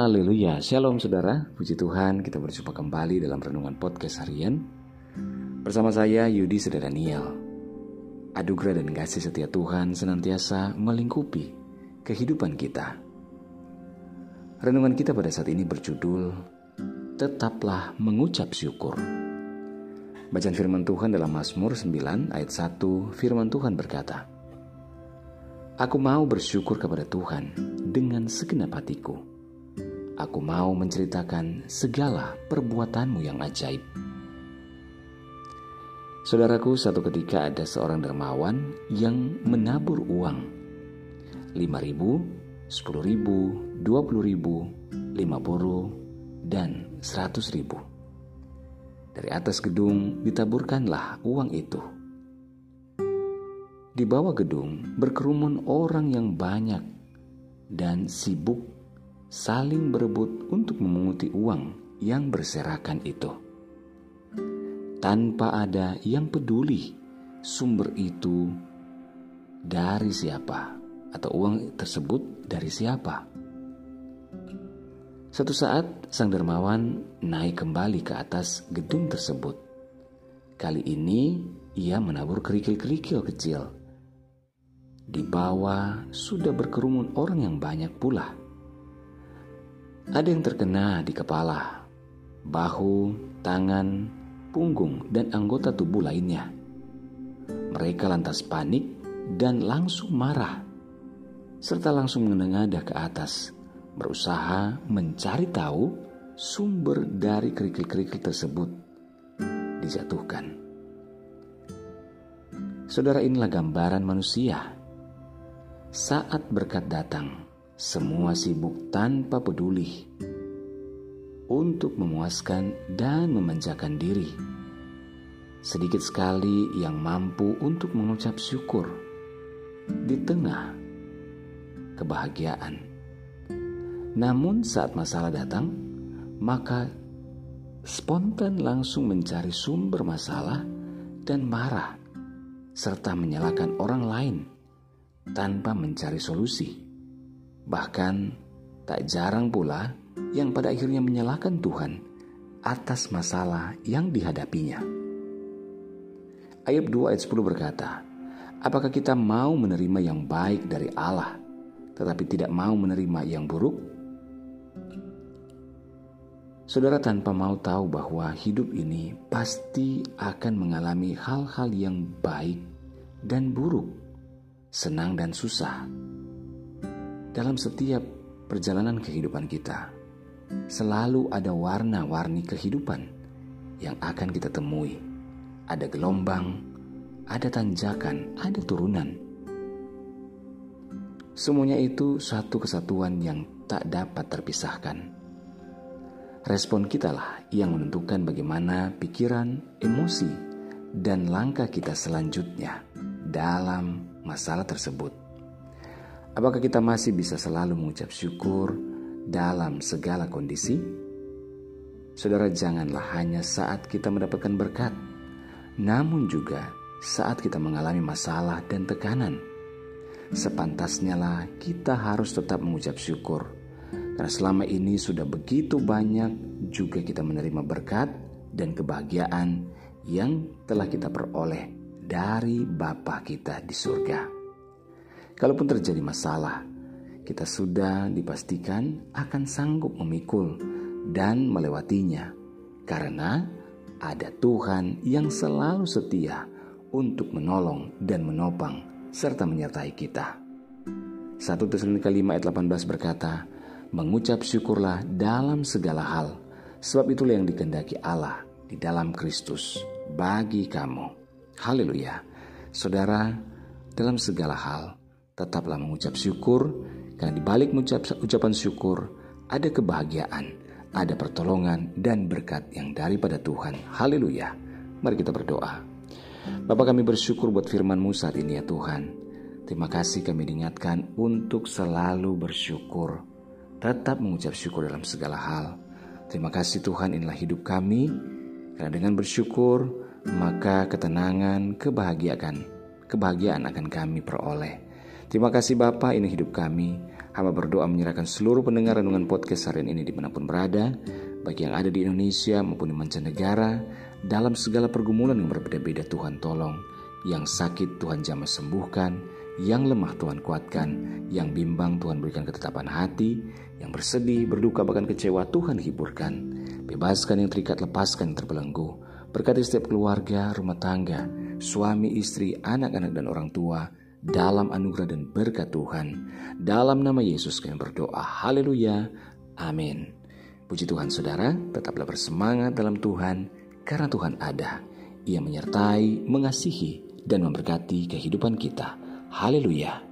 Haleluya, shalom saudara, puji Tuhan kita berjumpa kembali dalam Renungan Podcast Harian bersama saya Yudi Seda Daniel. Anugerah dan kasih setia Tuhan senantiasa melingkupi kehidupan kita. Renungan kita pada saat ini berjudul Tetaplah Mengucap Syukur. Bacaan firman Tuhan dalam Mazmur 9 ayat 1, firman Tuhan berkata, Aku mau bersyukur kepada Tuhan dengan segenap hatiku. Aku mau menceritakan segala perbuatanmu yang ajaib. Saudaraku, satu ketika ada seorang dermawan yang menabur uang 5.000, 10.000, 20.000, 50, dan 100.000. Dari atas gedung ditaburkanlah uang itu. Di bawah gedung berkerumun orang yang banyak dan sibuk saling berebut untuk memunguti uang yang berserakan itu. Tanpa ada yang peduli sumber itu dari siapa atau uang tersebut dari siapa. Suatu saat sang dermawan naik kembali ke atas gedung tersebut. Kali ini ia menabur kerikil-kerikil kecil. Di bawah sudah berkerumun orang yang banyak pula. Ada yang terkena di kepala, bahu, tangan, punggung, dan anggota tubuh lainnya. Mereka lantas panik dan langsung marah, serta langsung menengadah ke atas, berusaha mencari tahu sumber dari kerikil-kerikil tersebut dijatuhkan. Saudara, inilah gambaran manusia. Saat berkat datang, semua sibuk tanpa peduli untuk memuaskan dan memanjakan diri. Sedikit sekali yang mampu untuk mengucap syukur di tengah kebahagiaan. Namun saat masalah datang, maka spontan langsung mencari sumber masalah dan marah, serta menyalahkan orang lain tanpa mencari solusi. Bahkan tak jarang pula yang pada akhirnya menyalahkan Tuhan atas masalah yang dihadapinya. Ayat 2 ayat 10 berkata, Apakah kita mau menerima yang baik dari Allah, tetapi tidak mau menerima yang buruk? Saudara, tanpa mau tahu bahwa hidup ini pasti akan mengalami hal-hal yang baik dan buruk, senang dan susah. Dalam setiap perjalanan kehidupan kita, selalu ada warna-warni kehidupan yang akan kita temui. Ada gelombang, ada tanjakan, ada turunan. Semuanya itu satu kesatuan yang tak dapat terpisahkan. Respon kitalah yang menentukan bagaimana pikiran, emosi, dan langkah kita selanjutnya dalam masalah tersebut. Apakah kita masih bisa selalu mengucap syukur dalam segala kondisi? Saudara, janganlah hanya saat kita mendapatkan berkat, namun juga saat kita mengalami masalah dan tekanan. Sepantasnya lah kita harus tetap mengucap syukur, karena selama ini sudah begitu banyak juga kita menerima berkat dan kebahagiaan yang telah kita peroleh dari Bapa kita di surga. Kalaupun terjadi masalah, kita sudah dipastikan akan sanggup memikul dan melewatinya, karena ada Tuhan yang selalu setia untuk menolong dan menopang serta menyertai kita. 1 Tesalonika 5 ayat 18 berkata, Mengucap syukurlah dalam segala hal, sebab itulah yang dikehendaki Allah di dalam Kristus bagi kamu. Haleluya. Saudara, dalam segala hal tetaplah mengucap syukur, karena di balik ucapan syukur ada kebahagiaan, ada pertolongan dan berkat yang daripada Tuhan. Haleluya. Mari kita berdoa. Bapa, kami bersyukur buat firman-Mu saat ini ya Tuhan. Terima kasih kami diingatkan untuk selalu bersyukur, tetap mengucap syukur dalam segala hal. Terima kasih Tuhan, inilah hidup kami, karena dengan bersyukur maka ketenangan, kebahagiaan akan kami peroleh. Terima kasih Bapa, ini hidup kami. Hamba berdoa menyerahkan seluruh pendengar renungan podcast harian ini dimanapun berada, baik yang ada di Indonesia maupun di mancanegara, dalam segala pergumulan yang berbeda-beda. Tuhan tolong, yang sakit Tuhan jamah sembuhkan, yang lemah Tuhan kuatkan, yang bimbang Tuhan berikan ketetapan hati, yang bersedih, berduka, bahkan kecewa Tuhan hiburkan. Bebaskan yang terikat, lepaskan yang terbelenggu. Berkati setiap keluarga, rumah tangga, suami, istri, anak-anak dan orang tua, dalam anugerah dan berkat Tuhan. Dalam nama Yesus kami berdoa. Haleluya. Amin. Puji Tuhan saudara, tetaplah bersemangat dalam Tuhan, karena Tuhan ada. Ia menyertai, mengasihi, dan memberkati kehidupan kita. Haleluya.